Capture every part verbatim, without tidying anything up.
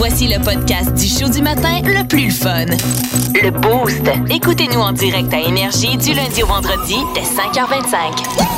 Voici le podcast du show du matin le plus fun. Le Boost. Écoutez-nous en direct à Énergie du lundi au vendredi dès cinq heures vingt-cinq.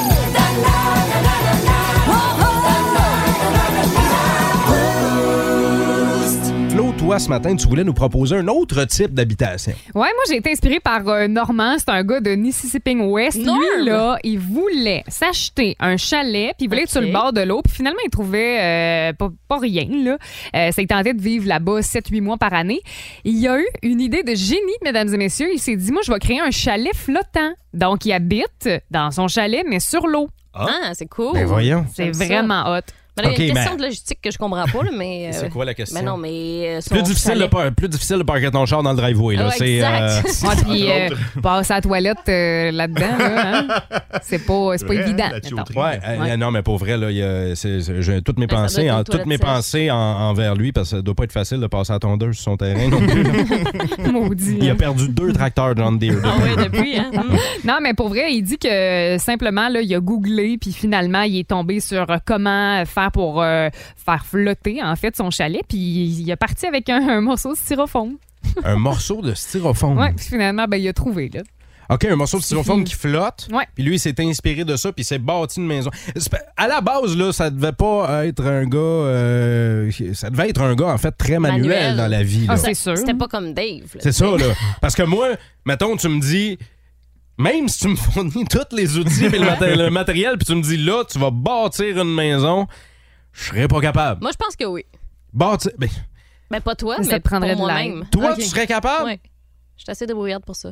Flo, toi, ce matin, tu voulais nous proposer un autre type d'habitation. Ouais, moi, j'ai été inspirée par euh, Normand. C'est un gars de Mississippi-West. Norm. Lui, là, il voulait s'acheter un chalet, puis il voulait Okay. être sur le bord de l'eau. Puis finalement, il trouvait euh, pas, pas rien, là. Euh, ça, il tentait de vivre là-bas sept huit mois par année. Il a eu une idée de génie, mesdames et messieurs. Il s'est dit, moi, je vais créer un chalet flottant. Donc, il habite dans son chalet, mais sur l'eau. Ah, c'est cool. Ben voyons. C'est J'aime ça. vraiment hot. Mais là, il y a Ok, une question mais- de logistique que je comprends pas, là, mais. C'est euh, quoi la question? Mais non, mais. euh, son Plus difficile, de chalet- par- plus difficile de parquer ton char dans le driveway. Là. Ouais, c'est, exact. c'est- Ouais, puis euh, passer à la toilette euh, là-dedans, là, hein? C'est pas, c'est pas Ouais, évident. la mettons. tuyauterie. Ouais, euh, Ouais. non, mais pour vrai, là, il y a- c'est- c'est- j'ai toutes mes Ben, ça pensées, doit être en, une toutes mes toilette pensées en- envers lui, parce que ça doit pas être facile de passer à tondeuse sur son terrain non plus. Maudit. Il a hein. perdu deux tracteurs John Deere. Ah oui, depuis, hein? Hum. Non, mais pour vrai, il dit que simplement, là, il a googlé, puis finalement, il est tombé sur euh, comment faire pour euh, faire flotter, en fait, son chalet, puis il est parti avec un, un morceau de styrofoam. Un morceau de styrofoam. Ouais, puis finalement, ben, il a trouvé, là. OK, un morceau de styrofoam fini. qui flotte. Ouais. Puis lui, il s'est inspiré de ça, puis il s'est bâti une maison. C'est pas- À la base, là, ça devait pas être un gars... euh, ça devait être un gars, en fait, très manuel, Manuel. dans la vie. Ah, là. c'est sûr. C'était pas comme Dave. là, C'est tu sais. ça, là. Parce que moi, mettons, tu me dis... Même si tu me fournis tous les outils et le, maté- le matériel, puis tu me dis, là, tu vas bâtir une maison, je serais pas capable. Moi, je pense que oui. Bâtir... ben, Ben, pas toi, Ça mais te prendrait pour de moi-même. l'aide. toi, Ok. tu serais capable? Ouais. Je suis assez débrouillarde pour ça.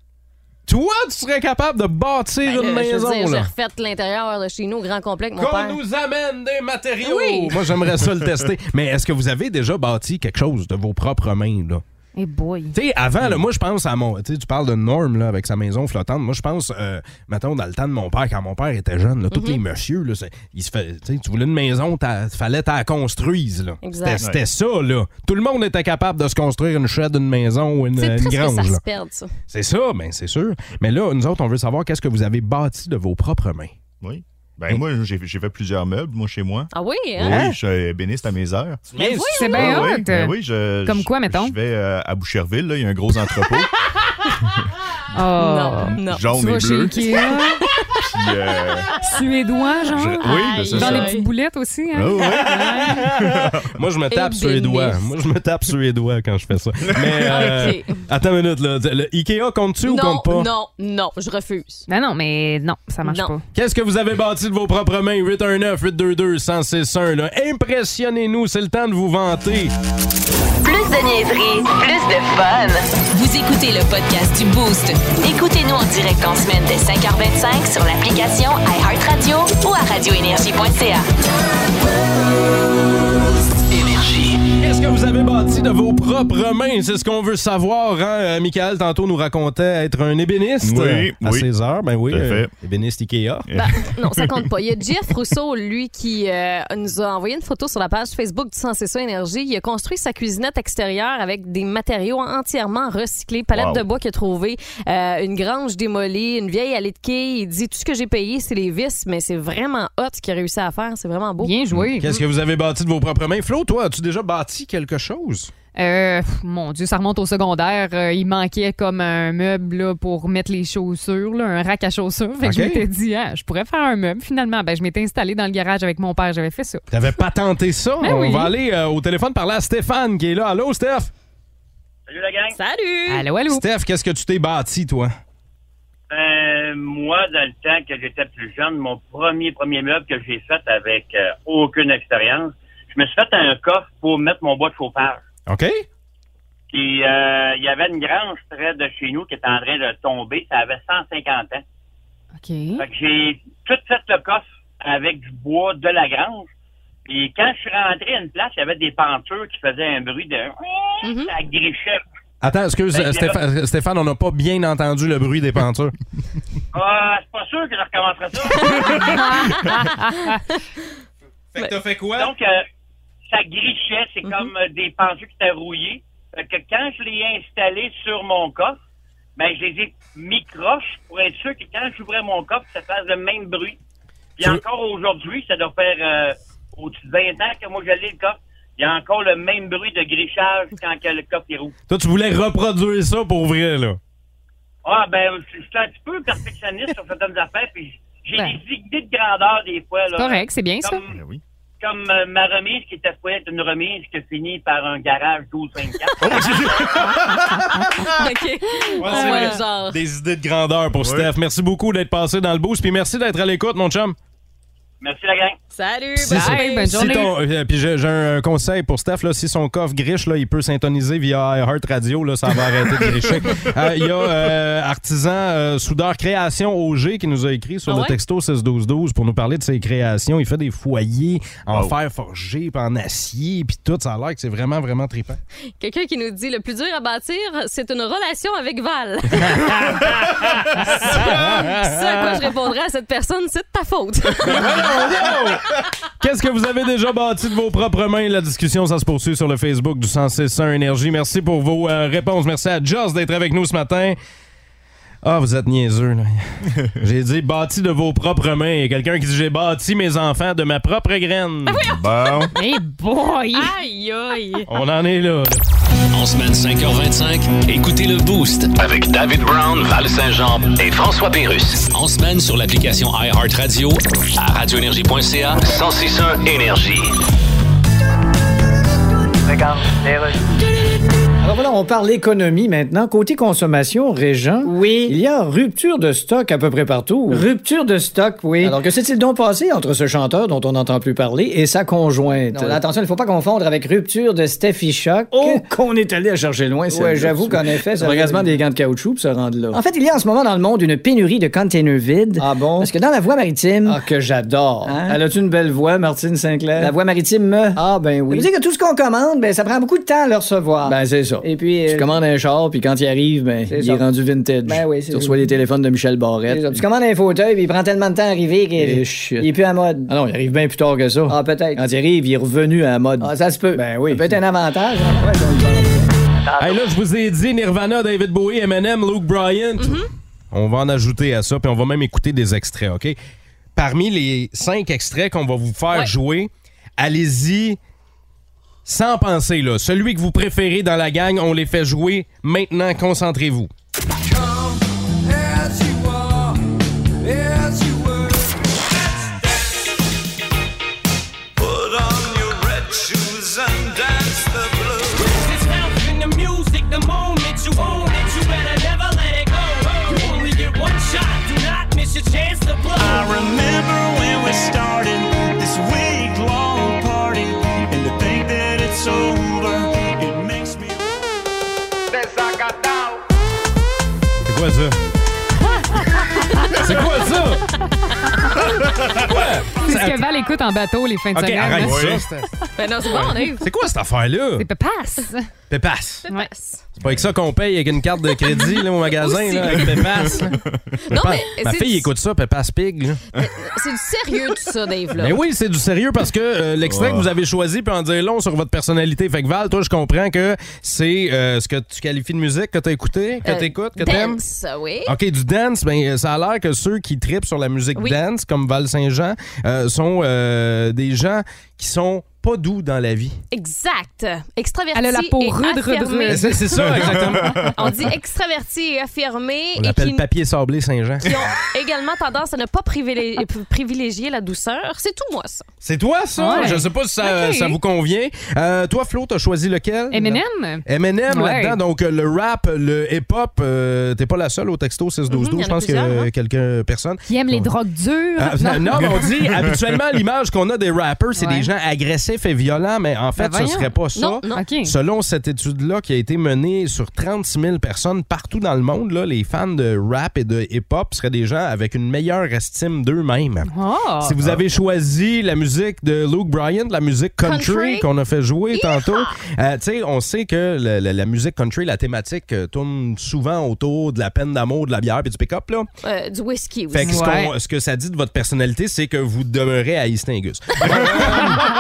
Toi, tu serais capable de bâtir Ben, une là, je veux maison, dire, j'ai là? refait l'intérieur de chez nous, au grand complet, avec mon Qu'on père. nous amène des matériaux! Oui. Moi, j'aimerais ça le tester. Mais est-ce que vous avez déjà bâti quelque chose de vos propres mains, là? Eh boy. Tu sais, avant, là, moi, je pense à mon... Tu sais, tu parles de Norm, là, avec sa maison flottante. Moi, je pense, euh, mettons, dans le temps de mon père, quand mon père était jeune, là, tous Mhm. les messieurs, là, c'est- ils se fait, tu sais, tu voulais une maison, il fallait que tu la construises, là. Exact. C'était c'était ça, là. Tout le monde était capable de se construire une shed, une maison ou une, C'est une triste que ça grange, là. se perde, ça. C'est ça, ben c'est sûr. Mais là, nous autres, on veut savoir qu'est-ce que vous avez bâti de vos propres mains. Oui. Ben, moi, j'ai j'ai fait plusieurs meubles, moi, chez moi. Ah oui, hein? Oui, je suis ébéniste à mes heures. Mais C'est bien Ah hot. oui, ben oui, je, Comme je- quoi, mettons? Je vais euh, à Boucherville, là, il y a un gros entrepôt, Oh. Non, non. jaune Tu vas et chez bleu. Ikea, Puis, euh, suédois, genre. je- oui, ben, c'est Dans ça. les petites boulettes aussi, hein? Ah ouais. Moi, je me tape sur les Ébéniste. doigts. Moi, je me tape sur les doigts quand je fais ça. Mais, euh, Ok. attends une minute, là. Le Ikea compte-tu ou Non, compte pas? non, non, je refuse. Non, non, mais non, ça marche Non. pas. Qu'est-ce que vous avez bâti de vos propres mains? huit un neuf, huit deux deux, un zéro six un. Là. Impressionnez-nous, c'est le temps de vous vanter. Plus de niaiserie, plus de fun. Vous écoutez le podcast du Boost. Écoutez-nous en direct en semaine dès cinq heures vingt-cinq sur l'application iHeartRadio ou à radio énergie point c a. Qu'est-ce que vous avez bâti de vos propres mains? C'est ce qu'on veut savoir. Hein? Euh, Michael, tantôt, nous racontait être un ébéniste. Oui, euh, À oui. ses heures, ben oui. Tout à fait. euh, ébéniste Ikea. Ben, non, ça compte pas. Il y a Jeff Rousseau, lui, qui euh, nous a envoyé une photo sur la page Facebook du Sensé ça Énergie. Il a construit sa cuisinette extérieure avec des matériaux entièrement recyclés, palette Wow. de bois qu'il a trouvé, euh, une grange démolie, une vieille allée de quilles. Il dit tout ce que j'ai payé, c'est les vis, mais c'est vraiment hot ce qu'il a réussi à faire. C'est vraiment beau. Bien joué. Qu'est-ce que vous avez bâti de vos propres mains? Flo, toi, as-tu déjà bâti quelque chose? Euh, pff, mon Dieu, ça remonte au secondaire. Euh, il manquait comme un meuble là, pour mettre les chaussures, là, un rack à chaussures. Fait que OK. je m'étais dit, ah, je pourrais faire un meuble. Finalement, ben, je m'étais installée dans le garage avec mon père. J'avais fait ça. T'avais patenté ça? Ben On oui. va aller euh, au téléphone parler à Stéphane qui est là. Allô, Steph? Salut la gang. Salut! Allô, allô? Steph, qu'est-ce que tu t'es bâti, toi? Euh, moi, dans le temps que j'étais plus jeune, mon premier premier meuble que j'ai fait avec euh, aucune expérience, je me suis fait un coffre pour mettre mon bois de chauffage. OK? Puis euh, il y avait une grange près de chez nous qui était en train de tomber. Ça avait cent cinquante ans. OK. Fait que j'ai tout fait le coffre avec du bois de la grange. Puis quand je suis rentré à une place, il y avait des pentures qui faisaient un bruit de... Mhm. Ça grichait. Attends, excuse, Ben, euh, Stéphane, Stéphane, on n'a pas bien entendu le bruit des pentures. Ah, c'est pas sûr que je recommencerai ça. Fait que t'as fait quoi? Donc, euh, ça grichait. C'est Mhm. comme euh, des pentures qui étaient rouillées. Fait que quand je l'ai installé sur mon coffre, ben, je les ai mis croche pour être sûr que quand j'ouvrais mon coffre, ça fasse le même bruit. Puis Tu- encore aujourd'hui, ça doit faire euh, au-dessus de vingt ans que moi, je l'ai le coffre. il y a encore le même bruit de grichage quand que le coffre est roux. Toi, tu voulais reproduire ça pour vrai, là? Ah, ben, je suis un petit peu perfectionniste sur certaines affaires, puis j'ai Ben. des idées de grandeur des fois. Là, Correct, c'est bien ça. comme, Ben oui. Comme euh, ma remise qui était pour être une remise qui finit par un garage douze vingt-quatre. OK. Ouais, On c'est voit vrai. le genre. Des idées de grandeur pour Ouais. Steph. Merci beaucoup d'être passé dans le boost, puis merci d'être à l'écoute, mon chum. Merci, la gang. Salut. Si- Bye, bonne si journée. ton- euh, puis j'ai, j'ai un conseil pour Steph, là, si son coffre griche, là, il peut s'intoniser via Heart Radio, là, ça va arrêter de gricher. Euh, Il y a euh, Artisan euh, Soudeur Création O G qui nous a écrit sur Ah le ouais? texto six douze douze pour nous parler de ses créations. Il fait des foyers en Wow. fer forgé, puis en acier, puis tout. Ça a l'air que c'est vraiment, vraiment trippant. Quelqu'un qui nous dit le plus dur à bâtir, c'est une relation avec Val. Ça, à quoi je répondrais à cette personne, c'est de ta faute. Qu'est-ce que vous avez déjà bâti de vos propres mains? La discussion, ça se poursuit sur le Facebook du cent six point un Énergie. Merci pour vos euh, réponses. Merci à Joss d'être avec nous ce matin. Ah, vous êtes niaiseux, là. J'ai dit bâti de vos propres mains. Il y a quelqu'un qui dit j'ai bâti mes enfants de ma propre graine. Bon. Hey boy! Aïe, aïe. On en est là, là. En semaine cinq heures vingt-cinq, écoutez le Boost avec David Brown, Val Saint-Jean et François Pérusse. En semaine sur l'application iHeartRadio à radio énergie point c a cent six point un Énergie. Alors voilà, on parle économie maintenant. Côté consommation, Régent, Oui. il y a rupture de stock à peu près partout. Rupture de stock, oui. Alors que s'est-il donc passé entre ce chanteur dont on n'entend plus parler et sa conjointe? Non, là, attention, il ne faut pas confondre avec rupture de Steffi Shock. Oh, qu'on est allé à chercher loin, Ouais, j'avoue qu'en effet, ça ça regarde fait- des gants de caoutchouc pour se rendre là. En fait, il y a en ce moment dans le monde une pénurie de containers vides. Ah bon? Parce que dans la voie maritime, Ah, que j'adore. Hein? Elle a-tu une belle voix, Martine Sinclair? la voie maritime me... Ah, ben Ça oui. veut dire que tout ce qu'on commande, ben, ça prend beaucoup de temps à le recevoir. Ben, c'est ça. Et puis... Tu euh, commandes un char, puis quand il arrive, ben, C'est il ça. est rendu vintage. Ben oui, c'est Tu reçois ça. les téléphones de Michel c'est Barrette. ça. Tu commandes un fauteuil, puis il prend tellement de temps à arriver qu'il Et il shit. est plus à mode. Ah non, il arrive bien plus tard que ça. Ah, peut-être. Quand il arrive, il est revenu à la mode. Ah, ça se peut. Ben oui. Ça peut être un avantage. hein. Ouais, ça, on le parle. Hey, là, je vous ai dit Nirvana, David Bowie, Eminem, Luke Bryan. On va en ajouter à ça, puis on va même écouter des extraits, OK? Parmi les cinq extraits qu'on va vous faire Ouais. jouer, allez-y sans penser, là. Celui que vous préférez dans la gang, on les fait jouer maintenant. Concentrez-vous. C'est quoi ça? C'est quoi ça? Quoi? C'est ce que Val écoute en bateau les fins de OK, semaine. arrête là. ça. c'est- Ben non, c'est bon, on est. C'est quoi cette affaire-là? C'est Pépasse. Pépasse. Ouais. C'est pas avec ça qu'on paye avec une carte de crédit là, au magasin, Aussi. là, avec Pépasse. là. Non, Pépasse. mais Ma c'est fille du- écoute ça, Pépasse Pig. là. C'est du sérieux, tout ça, Dave, là. Mais oui, c'est du sérieux parce que euh, l'extrait que vous avez choisi peut en dire long sur votre personnalité. Fait que Val, toi, je comprends que c'est euh, ce que tu qualifies de musique que t'as écouté, que Euh, t'écoutes, que t'aimes. Dance, oui. OK, du dance, ben, ça a l'air que ceux qui tripent sur la musique Oui. dance, comme Val Saint-Jean, euh, sont euh, des gens qui sont pas doux dans la vie. Exact. Extraverti Elle a la peau et rude, rude, affirmé. rude. C'est c'est ça, exactement. On dit extraverti et affirmé. On et l'appelle qui, papier sablé Saint-Jean. qui ont également tendance à ne pas privilé- privilégier la douceur. C'est tout moi, ça. C'est toi, ça? Ouais. Je sais pas si ça, Ok. ça vous convient. Euh, toi, Flo, t'as choisi lequel? Eminem? Eminem Ouais. là-dedans, donc euh, le rap, le hip-hop, euh, t'es pas la seule au texto six douze douze, Mhm, il y je en a pense qu'il y a plusieurs, hein. quelques personnes. Qui aime les drogues dures? Ah, non, mais on dit habituellement l'image qu'on a des rappers, c'est Ouais. des gens agressifs et violents, mais en fait, Ben ce voyons. serait pas ça. Non, non. OK. Selon cette étude-là qui a été menée sur trente-six mille personnes partout dans le monde, là, les fans de rap et de hip-hop seraient des gens avec une meilleure estime d'eux-mêmes. Oh. Si vous avez choisi la musique de Luke Bryan, la musique country, Country. qu'on a fait jouer tantôt, euh, tu sais, on sait que le- le- la musique country, la thématique euh, tourne souvent autour de la peine d'amour, de la bière et du pick-up, là. Euh, du whisky aussi. Fait que ce, Ouais. qu'on- ce que ça dit de votre personnalité, c'est que vous demeurez à East Angus.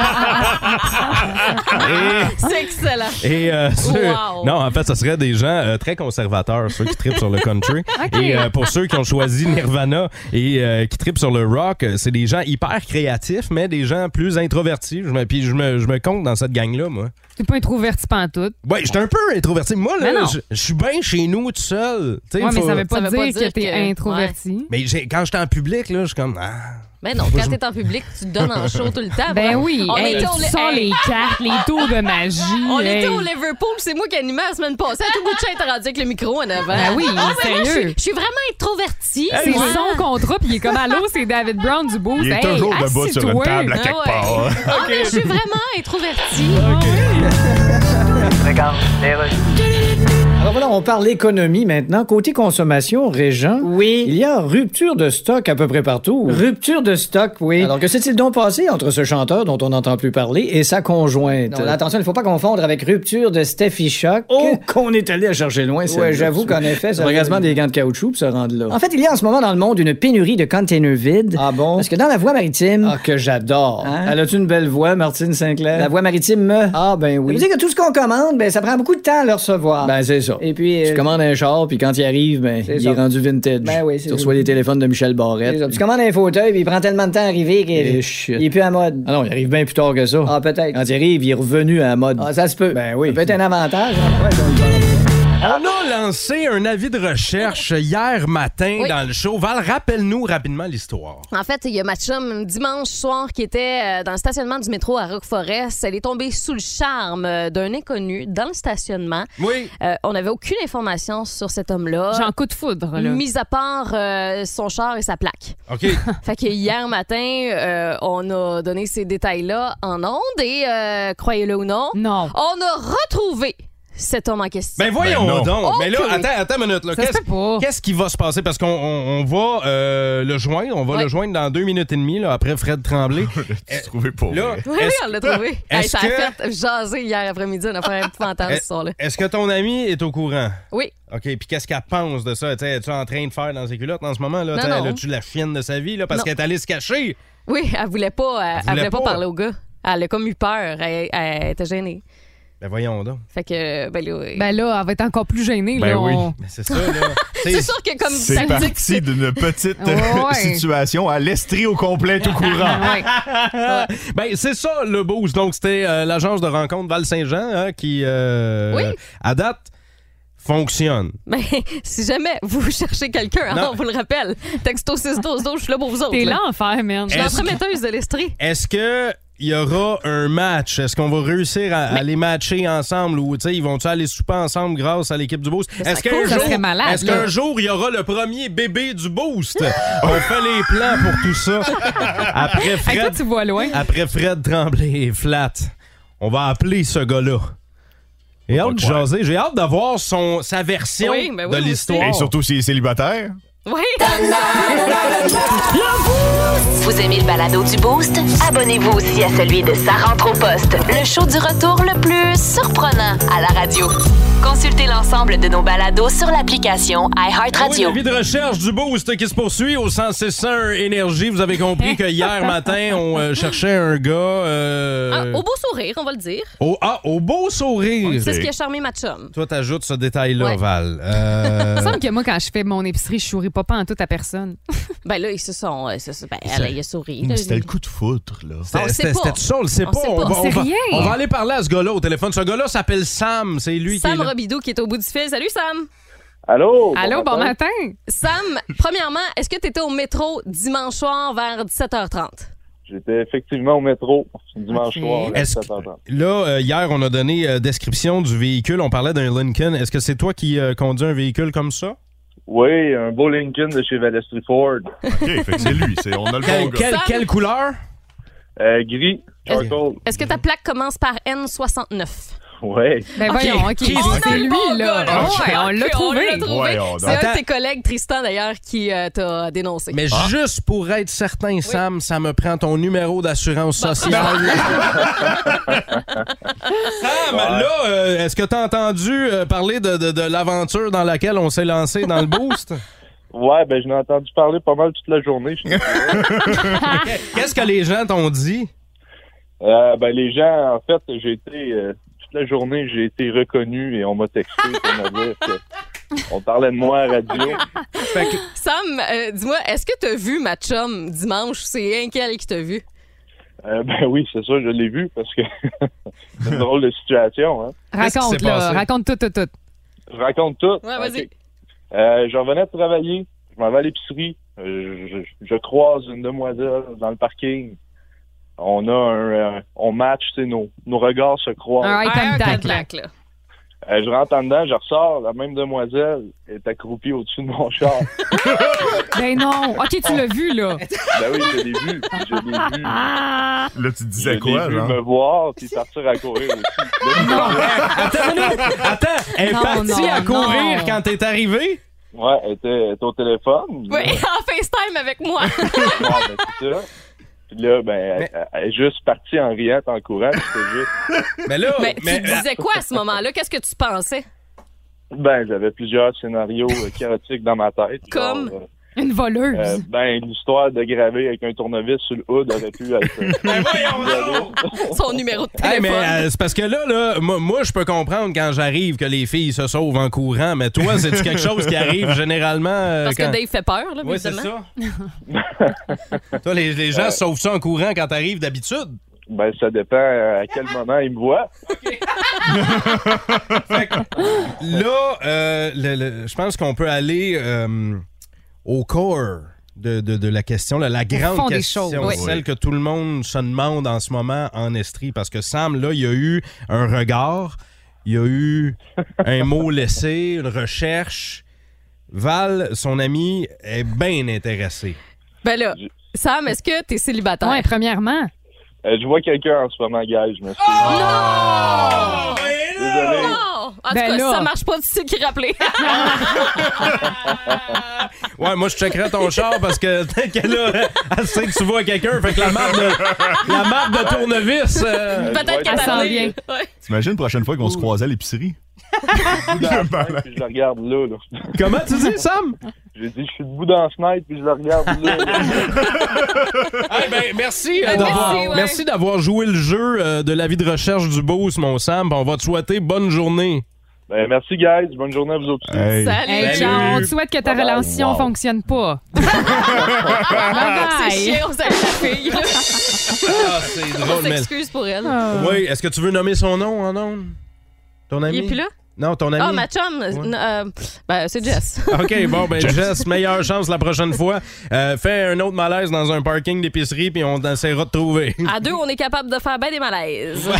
Et, C'est excellent. et euh, ceux- Wow. non, en fait, ce serait des gens euh, très conservateurs, ceux qui trippent sur le country. Ok. Et euh, pour ceux qui ont choisi Nirvana et euh, qui trippent sur le rock, euh, c'est des gens hyper créatifs, mais des gens plus introvertis. Je me, puis je me, je me compte dans cette gang-là, moi. T'es pas introverti pantoute. Ouais, j'étais un peu introverti. Moi, Mais là, non. je je suis bien chez nous tout seul. Tu sais, Ouais, mais faut- ça veut pas Ça veut dire pas que dire t'es que- introverti. Mais j'ai- quand j'étais en public, là, je suis comme... Ah. Mais non, quand t'es en public, tu te donnes en show tout le temps. Ben Voilà. oui, On hey, était au tu li- sors hey, les cartes, les tours de magie. On hey. était au Liverpool, c'est moi qui animais la semaine passée. À tout bout de champ, t'as rendu avec le micro en avant. Ben oui, Ah, ben moi, je sérieux. suis- Je suis vraiment introvertie. C'est moi. son contrat, puis il est comme allô, c'est David Brown du Boost. Il est Hey, toujours debout sur une assis-toi. table à Ah quelque ouais. part. Ah, mais je suis vraiment introvertie. Alors voilà, on parle économie maintenant. Côté consommation, Régent, Oui. il y a rupture de stock à peu près partout. Rupture de stock, oui. Alors que s'est-il donc passé entre ce chanteur dont on n'entend plus parler et sa conjointe? Non, là, attention, il ne faut pas confondre avec rupture de Steffi Shock. Oh, qu'on est allé à chercher loin, ça. Ouais, j'avoue qu'en effet, ça ça fait va- quasiment des gants de caoutchouc pour se rendre là. En fait, il y a en ce moment dans le monde une pénurie de containers vides. Ah bon? Parce que dans la voie maritime, Ah, que j'adore. Hein? Elle a-tu une belle voix, Martine Sinclair? la voie maritime me. Ah, ben Ça oui. veut dire que tout ce qu'on commande, ben, ça prend beaucoup de temps à le recevoir. Ben, c'est ça. Et puis. Tu euh, commandes un char, puis quand il arrive, ben, C'est il ça. est rendu vintage. Ben oui, c'est Tu reçois ça. les téléphones de Michel c'est Barrette. ça. Tu commandes un fauteuil, puis il prend tellement de temps à arriver qu'il Eh, il shit. est plus à mode. Ah non, il arrive bien plus tard que ça. Ah, peut-être. Quand il arrive, il est revenu à la mode. Ah, ça se peut. Ben oui. Ça peut être un avantage. hein. Ouais, donc, On a lancé un avis de recherche hier matin Oui. dans le show. Val, rappelle-nous rapidement l'histoire. En fait, il y a ma chum dimanche soir qui était euh, dans le stationnement du métro à Rock-Forest. Elle est tombée sous le charme euh, d'un inconnu dans le stationnement. Oui. Euh, on n'avait aucune information sur cet homme-là. J'ai un coup de foudre, là. Mis à part euh, son char et sa plaque. OK. Fait que hier matin, euh, on a donné ces détails-là en ondes et, euh, croyez-le ou non, Non. on a retrouvé cet homme en question. Ben voyons Ben non. donc. Oh Mais là, que oui. attends, attends une minute. Là. Ça se Qu'est-ce, fait pas. qu'est-ce qui va se passer? Parce qu'on on, on va euh, le joindre. On va Ouais. le joindre dans deux minutes et demie, là, après Fred Tremblay. Tu trouvé pour Là, vrai. Oui, oui, est-ce- on l'a trouvé. Hey, est-ce ça a que- fait jaser hier après-midi. On a fait un petit fantasme ce soir-là. Est-ce que ton ami est au courant? Oui. OK, puis qu'est-ce qu'elle pense de ça? T'sais, es-tu en train de faire dans ses culottes en ce moment? Là, Non, T'sais, non. là, tu la chienne de sa vie là, parce Non. qu'elle est allée se cacher. Oui, elle voulait pas, euh, elle voulait voulait pas pas. parler au gars. Elle a comme eu peur. Elle, elle était gênée. Ben voyons donc. Fait que, ben là, oui. Ben là, elle va être encore plus gênée. Ben là. oui. On- Ben c'est ça, là. c'est sûr que comme C'est ça dit que parti c'est- d'une petite euh, Ouais. situation à l'Estrie au complet tout courant. Ouais. Ben, c'est ça le boost. Donc, c'était euh, l'agence de rencontre Val-Saint-Jean hein, qui, euh, Oui. à date, fonctionne. Ben, si jamais vous cherchez quelqu'un, Non. hein, on vous le rappelle, texto six douze douze, je suis là pour vous autres. T'es là. l'enfer, man. Je suis Est-ce que- l'entremetteuse de l'Estrie. Est-ce que il y aura un match? Est-ce qu'on va réussir à, à les matcher ensemble ou tu sais, ils vont-tu aller souper ensemble grâce à l'équipe du Boost? ça Est-ce qu'un coûte, ça jour, serait malade, est-ce là. qu'un jour, il y aura le premier bébé du Boost? On fait les plans pour tout ça. Après Hey, toi, Fred, tu vois loin. après Fred Tremblay et Flat, on va appeler ce gars-là. J'ai hâte de croire. jaser. J'ai hâte d'avoir son, sa version Oui, ben oui, de moi l'histoire. Et surtout s'il est célibataire. Oui. Vous aimez le balado du Boost? Abonnez-vous aussi à celui de Sa rentre au poste, le show du retour le plus surprenant à la radio. Consultez l'ensemble de nos balados sur l'application Ah oui, iHeartRadio. la vie de recherche du Boost qui se poursuit au cent six point un Énergie. Vous avez compris que hier matin, on euh, cherchait un gars... euh, Ah, au beau sourire, on va le dire. au, ah, au beau sourire. C'est ce qui a charmé ma chum. Toi, t'ajoutes ce détail-là, Ouais. Val. Il me Euh, semble que moi, quand je fais mon épicerie, je souris pas en tout à personne. Ben là, ils se sont. euh, se- se- ben, elle, il a souri. là. C'était le coup de foudre, là. C'était On sait c'était- pas. c'était ça, on le sait On pas. sait pas. va, On sait va- rien. on va aller parler à ce gars-là au téléphone. Ce gars-là s'appelle Sam. C'est lui Sam qui est là. Robidoux qui est au bout du fil. Salut, Sam. Allô? Allô, bon matin. Sam, premièrement, est-ce que tu étais au métro dimanche soir vers dix-sept heures trente? J'étais effectivement au métro dimanche Ok. soir à Est-ce que- sept heures trente. Là, euh, hier, on a donné euh, description du véhicule. On parlait d'un Lincoln. Est-ce que c'est toi qui euh, conduis un véhicule comme ça? Oui, un beau Lincoln de chez Valestry Ford. OK, fait que c'est lui. C'est, on a le Quelle, bon gars. quelle- Sam? quelle couleur? Euh, gris, charcoal. Est-ce que ta plaque commence par N soixante-neuf? Oui. Ben Ok. voyons, OK, Qui- c'est lui, là. gars, Ouais, on l'a Ok, trouvé. On l'a trouvé. Ouais, on- C'est un Attends. de tes collègues, Tristan, d'ailleurs, qui euh, t'a dénoncé. Mais juste pour être certain, Sam, ça me prend ton numéro d'assurance sociale. Sam, là, euh, est-ce que tu as entendu euh, parler de, de- de l'aventure dans laquelle on s'est lancé dans le Boost? Ouais, ben je n'ai entendu parler pas mal toute la journée. Je suis- Qu'est-ce que les gens t'ont dit? Euh, ben, les gens, en fait, j'ai été... Euh, toute la journée, j'ai été reconnu et on m'a texté pour me dire que on parlait de moi à la radio. Fait que... Sam, euh, dis-moi, est-ce que t'as vu ma chum dimanche? C'est Inkel qui t'a vu? Euh, ben oui, c'est ça, je l'ai vu parce que c'est une drôle de situation. Hein. Raconte, là, raconte tout, tout, tout. Je raconte tout? Ouais, vas-y. Okay. Euh, je revenais de travailler, je m'en vais à l'épicerie, euh, je, je croise une demoiselle dans le parking. On a un, euh, on match, tu sais, nos, nos regards se croisent. Un eye contact, là. là. Euh, je rentre en dedans, je ressors, la même demoiselle est accroupie au-dessus de mon char. Ben non! OK, tu l'as vu, là. Ben oui, je l'ai vu, je l'ai vu. Là, tu te disais je quoi, l'ai vu genre? me voir, puis partir à courir aussi. Non, attends, non, attends, elle est Non, partie non, à courir non. quand t'es arrivé? Ouais, elle était, elle était au téléphone. Oui, en FaceTime avec moi. Ouais, ben c'est ça. Puis là, ben, elle, elle est juste partie en riant, en courant, puis c'était juste... Mais là... Mais tu disais quoi à ce moment-là? Qu'est-ce que tu pensais? Ben, j'avais plusieurs scénarios euh, chaotiques dans ma tête. Comme? Genre, euh, Une voleuse. Euh, ben, l'histoire de graver avec un tournevis sur le hood aurait pu être... Euh, ben voyons son numéro de téléphone. Hey, mais euh, c'est parce que là, là moi, moi je peux comprendre quand j'arrive que les filles se sauvent en courant, mais toi, c'est quelque chose qui arrive généralement... Euh, parce quand... que Dave fait peur, là, oui, c'est évidemment. ça. Toi, les, les gens euh... sauvent ça en courant quand t'arrives d'habitude. Ben, ça dépend à quel moment ils me voient. OK. Fait que, là, euh, le, le, je pense qu'on peut aller euh, au corps de, de, de la question, là, la grande question, choses, oui. celle que tout le monde se demande en ce moment en Estrie. Parce que Sam, là, il y a eu un regard, il y a eu un mot laissé, une recherche. Val, son ami, est bien intéressé. Ben là, Sam, est-ce que t'es célibataire? Oui, premièrement. Euh, je vois quelqu'un en ce moment, gars, je me suis... Oh, non! Désolé. Non! En Ben tout cas, là. si ça marche pas, tu sais qui rappeler. Ouais, moi, je checkerais ton char parce que tant qu'elle a, elle sait que tu vois quelqu'un, fait que la marque de, la marque de tournevis... Euh, peut-être qu'elle s'en vient. Ouais. T'imagines la prochaine fois qu'on se croisait à l'épicerie? Puis je le regarde là, là. Comment tu dis, Sam? J'ai dit, je suis debout dans la fenêtre, puis je le regarde là. là. Hey, ben, merci, euh, Ben, d'avoir, merci, ouais. merci d'avoir joué le jeu euh, de l'avis de recherche du Boost, mon Sam. On va te souhaiter bonne journée. Ben, merci, guys. Bonne journée à vous autres aussi. Hey. Salut! Hey, Salut. John, on te souhaite que ta Bye bye. relation Wow. fonctionne pas. C'est chiant, on salue la fille. là. Ah, c'est On drôle, mais... s'excuse pour elle. Oui, est-ce que tu veux nommer son nom en nom? Ton ami? Il est plus là? Non, ton ami? Ah, ma chum, Ouais. euh, ben, c'est Jess. OK, bon, ben Jess, meilleure chance la prochaine fois. Euh, fais un autre malaise dans un parking d'épicerie, puis on essaiera de trouver. À deux, on est capable de faire bien des malaises.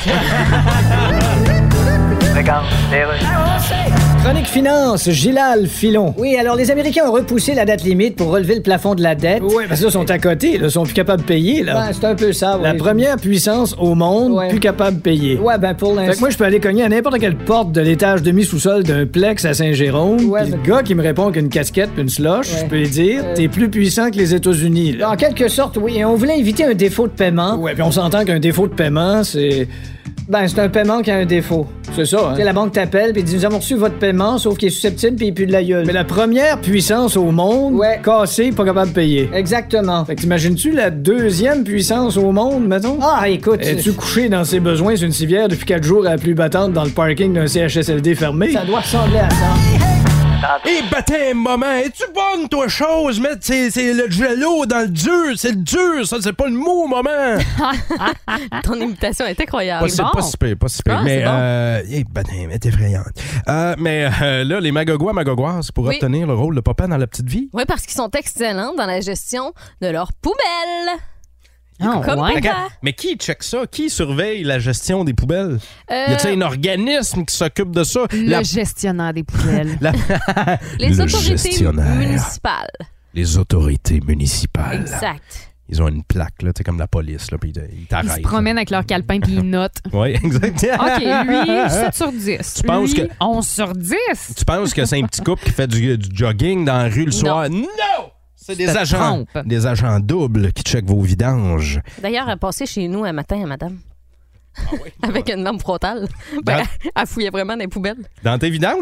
Chronique Finance, Gilal Filon. Oui, alors les Américains ont repoussé la date limite pour relever le plafond de la dette. Oui, parce que là, ils sont à côté, là, ils sont plus capables de payer. Là. Ben, c'est un peu ça, oui. La première puissance au monde, Ouais. plus capable de payer. Ouais, ben pour Fait que l'instant... moi, je peux aller cogner à n'importe quelle porte de l'étage demi-sous-sol d'un Plex à Saint-Jérôme. Ouais, Puis le mais- gars qui me répond qu'une casquette puis une slush, Ouais. je peux lui dire, Euh, t'es plus puissant que les États-Unis. Là. En quelque sorte, oui. Et on voulait éviter un défaut de paiement. Ouais, puis on s'entend qu'un défaut de paiement, c'est... Ben, c'est un paiement qui a un défaut. C'est ça, hein? Tu sais, la banque t'appelle puis dit nous avons reçu votre paiement, sauf qu'il est susceptible puis il pue de la gueule. Mais la première puissance au monde, Ouais. cassée, pas capable de payer. Exactement. Fait que t'imagines-tu la deuxième puissance au monde, mettons? Ah, écoute, Es-tu couché dans ses besoins sur une civière depuis quatre jours à la pluie battante dans le parking d'un C H S L D fermé? ça doit ressembler à ça. Hé, baptême, moment, es-tu bonne, toi, chose? Mettre c'est, c'est le jello dans le dur, c'est le dur, ça, c'est pas le mot, moment. Ton imitation est incroyable. Pas si, bon. pas si pire, pas si pire. Ah, mais, c'est bon. euh, hé, baptême, elle est effrayante. Euh, mais euh, là, les magogois, magogoises pourraient Oui. obtenir le rôle de papa dans la petite vie. Oui, parce qu'ils sont excellents dans la gestion de leurs poubelles. Ah, Comme ouais. papa. Regarde, mais qui check ça? Qui surveille la gestion des poubelles? Euh, Y a-t-il un organisme qui s'occupe de ça? Le La- gestionnaire des poubelles. la- les Le autorités gestionnaire. municipales. Les autorités municipales. Exact. Ils ont une plaque, là, tu sais, comme la police, là, puis ils ils Ils t'arrêtent. se promènent avec leur calepin puis ils notent. Oui, exactement. OK, lui, sept sur dix. Tu penses Lui, que- onze sur dix. Tu penses que c'est un petit couple qui fait du, du jogging dans la rue le soir? Non! C'est Tu des te agents. trompes. Des agents doubles qui checkent vos vidanges. D'ailleurs, elle passait chez nous un matin, madame. Ah Avec une lampe frontale. Ben, elle fouillait vraiment dans les poubelles. Dans tes vidanges? Oui.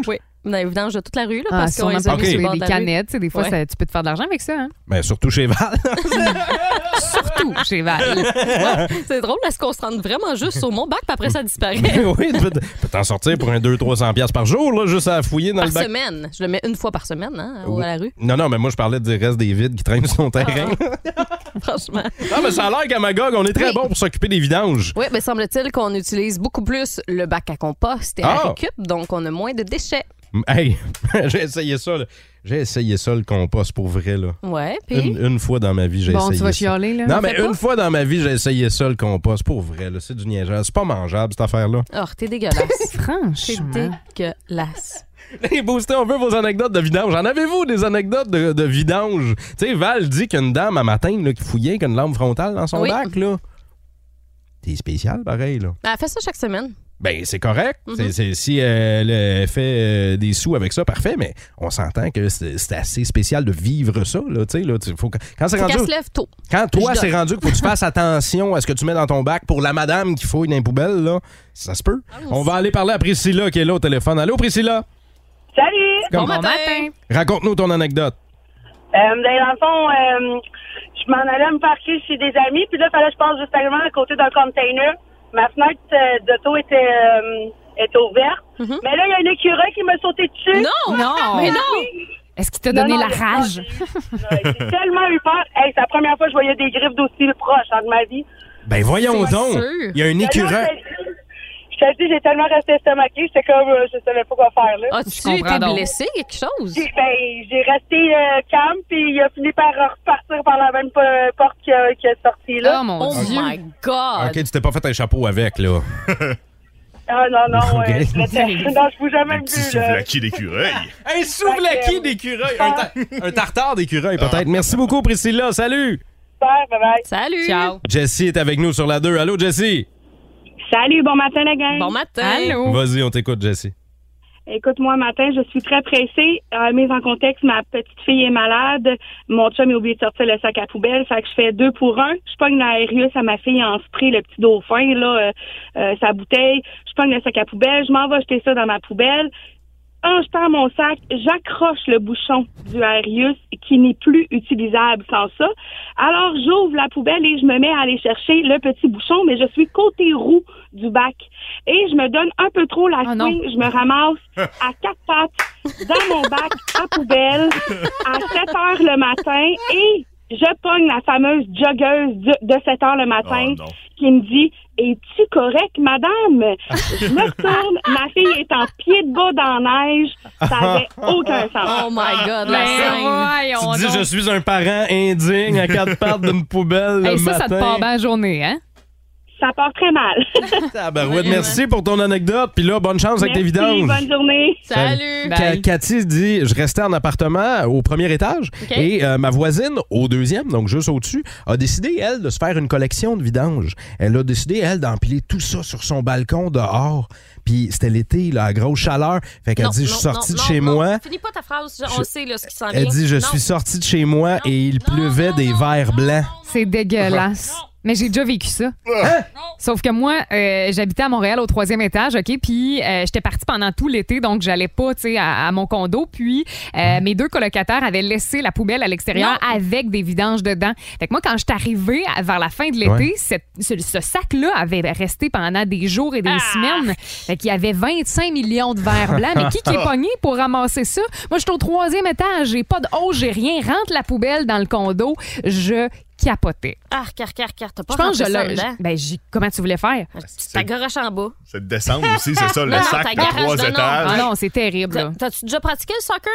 dans les vidanges de toute la rue, là, Ah, parce qu'on sûrement les a pas mis Ok. sur le des, bord des de la rue. canettes. tu sais, Des fois, Ouais. ça- tu peux te faire de l'argent avec ça. Hein? Ben, surtout chez Val. Surtout chez Val. Ouais, c'est drôle, est-ce qu'on se rend vraiment juste sur mon bac, puis après ça disparaît? Oui, tu peux t- peux t'en sortir pour un deux cents à trois cents piastres par jour, là, juste à fouiller dans Par le bac. semaine. Je le mets une fois par semaine, hein, Oui. à la rue. Non, non, mais moi, je parlais du reste des vides qui traînent sur ton terrain. Franchement. Non, mais ça a l'air qu'à Magog, on est très Oui. bon pour s'occuper des vidanges. Oui, mais semble-t-il qu'on utilise beaucoup plus le bac à compost et Ah! à récup, donc on a moins de déchets. Hey, j'ai essayé ça, là. J'ai essayé ça, le compost, pour vrai, là. Ouais, puis... Une, une fois dans ma vie, j'ai Bon, essayé tu vas ça. chialer, là. Non, On mais fait une pas? fois dans ma vie, j'ai essayé ça, le compost, pour vrai, là. C'est du niaisage. C'est pas mangeable, cette affaire-là. Oh, t'es dégueulasse. C'est Franchement. dégueulasse. Les boostés, on veut vos anecdotes de vidange. En avez-vous des anecdotes de, de vidange? Tu sais, Val dit qu'il y a une dame à matin là, qui fouillait avec une lampe frontale dans son Oui. bac, là. C'est spécial, pareil, là. Elle fait ça chaque semaine. Ben, c'est correct. Mhm. C'est- c'est- si elle, elle fait euh, des sous avec ça, parfait, mais on s'entend que c'est c'est assez spécial de vivre ça, là, tu sais, là. tu- Faut que- quand c'est Faut rendu... qu'elle se lève tôt. Quand toi, Je c'est donne. rendu qu'il faut que tu fasses attention à ce que tu mets dans ton bac pour la madame qui fouille dans les poubelles, là, ça se peut. On va aller parler à Priscilla qui est là au téléphone. Allô, Priscilla? Salut! Bon Bon matin. Raconte-nous ton anecdote. Euh, ben, dans le fond, euh, je m'en allais me parquer chez des amis, puis là, il fallait que je passe justement à côté d'un container. Ma fenêtre euh, d'auto était, euh, était ouverte. Mm-hmm. Mais là, il y a un écureuil qui m'a sauté dessus. Non! Non! Mais non! Est-ce qu'il t'a Non, donné non, la mais- rage? J'ai tellement eu peur. Hey, c'est la première fois que je voyais des griffes d'aussi proches dans ma vie. Ben voyons C'est donc. sûr. Il y a un Mais là, écureuil. j'ai- Je te dis, j'ai tellement resté estomaqué, j'étais comme, euh, je savais pas quoi faire, là. As-tu comprends été donc. blessé, quelque chose? J'ai, ben, j'ai resté euh, calme, puis il a fini par repartir par la même euh, porte qui a, qui a sorti, là. Oh mon Oh Dieu. my God! OK, tu t'es pas fait un chapeau avec, là. Ah non, non, Ok. ouais, je l'étais- non, je vous jamais Un vu, petit là. souvlaki d'écureuil. Un souvlaki d'écureuil. Un, ta- un tartare d'écureuil, peut-être. Merci beaucoup, Priscilla. Salut. Super, bye bye. Salut! Ciao. Jessie est avec nous sur la deux. Allô, Jessie? Salut, bon matin, la gang. Bon matin! Allô? Vas-y, on t'écoute, Jessie. Écoute-moi, matin, je suis très pressée. Euh, mise en contexte, ma petite fille est malade. Mon chum a oublié de sortir le sac à poubelle. Fait que je fais deux pour un. Je pogne l'Aérius à ma fille en spray, le petit dauphin, là, euh, euh, sa bouteille. Je pogne le sac à poubelle. Je m'en vais jeter ça dans ma poubelle. Quand je perds mon sac, j'accroche le bouchon du Aérius qui n'est plus utilisable sans ça. Alors, j'ouvre la poubelle et je me mets à aller chercher le petit bouchon, mais je suis côté roue du bac. Et je me donne un peu trop la Oh non. swing. Je me ramasse à quatre pattes dans mon bac à poubelle à sept heures le matin et je pogne la fameuse joggeuse de, de sept heures le matin Oh non. qui me dit « Es-tu correct, madame? » Je me retourne, ma fille est en pied de bas dans la neige. Ça avait aucun sens. Oh my God, la Ben, scène! voyons Tu dis, donc. je suis un parent indigne à quatre pattes d'une poubelle le Hey, ça, matin. ça te part bien la journée, hein? Ça part très mal. Tabarouette, merci pour ton anecdote. Puis là, bonne chance avec tes Merci, vidanges. bonne journée. Salut! Bye. Ca- Cathy dit, je restais en appartement au premier étage OK. et euh, ma voisine au deuxième, donc juste au-dessus, a décidé, elle, de se faire une collection de vidanges. Elle a décidé, elle, d'empiler tout ça sur son balcon dehors. Puis c'était l'été, là, à grosse chaleur. Fait qu'elle Non, dit, je suis non, sortie non, de chez non, moi. non. Finis pas ta phrase, on Je- sait là, ce qui s'en vient. Elle dit, je Non. suis sortie de chez moi et il non, pleuvait non, des non, verres non, blancs. C'est dégueulasse. Mais j'ai déjà vécu ça. Sauf que moi, euh, j'habitais à Montréal au troisième étage, OK? Puis euh, j'étais partie pendant tout l'été, donc j'allais pas, tu sais, à, à mon condo. Puis euh, mes deux colocataires avaient laissé la poubelle à l'extérieur avec des vidanges dedans. Fait que moi, quand je suis arrivée à- vers la fin de l'été, Ouais. cette- ce, ce sac-là avait resté pendant des jours et des Ah! semaines. Fait qu'il y avait vingt-cinq millions de verres blancs. Mais qui, qui est pogné pour ramasser ça? Moi, je suis au troisième étage, j'ai pas de hausse, j'ai rien. Rentre la poubelle dans le condo. Je capotais. Arc, arc, arc, arc. T'as pas Je pense que je rentré ça l'ai. dedans? Ben, j'ai- comment tu voulais faire? Tu t'aggoroches en bas. Cette descente aussi, c'est ça, le Non, non, sac ta de garage trois de non. étages. Ah non, c'est terrible. T'as- Là. T'as-tu déjà pratiqué le soccer?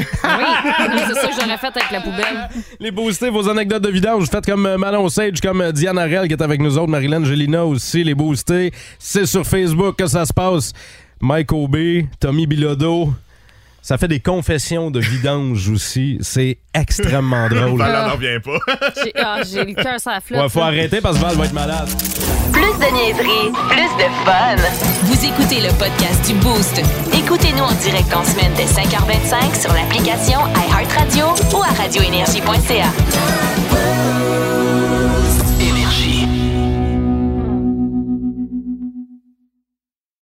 Oui. C'est ça que j'aurais fait avec la poubelle. Les boostés, vos anecdotes de vidange, faites comme euh, Manon Sage, comme euh, Diane Arel qui est avec nous autres, Marilyn Gélina aussi, les boostés. C'est sur Facebook que ça se passe. Mike Aubé, Tommy Bilodeau. Ça fait des confessions de vidange aussi. C'est extrêmement drôle. Val n'en revient pas. J'ai ah, j'ai le cœur sur la flotte. Ouais, faut là. arrêter parce que Val va être malade. Plus de niaiserie, plus de fun. Vous écoutez le podcast du Boost. Écoutez-nous en direct en semaine dès cinq heures vingt-cinq sur l'application iHeartRadio ou à radio énergie point c a.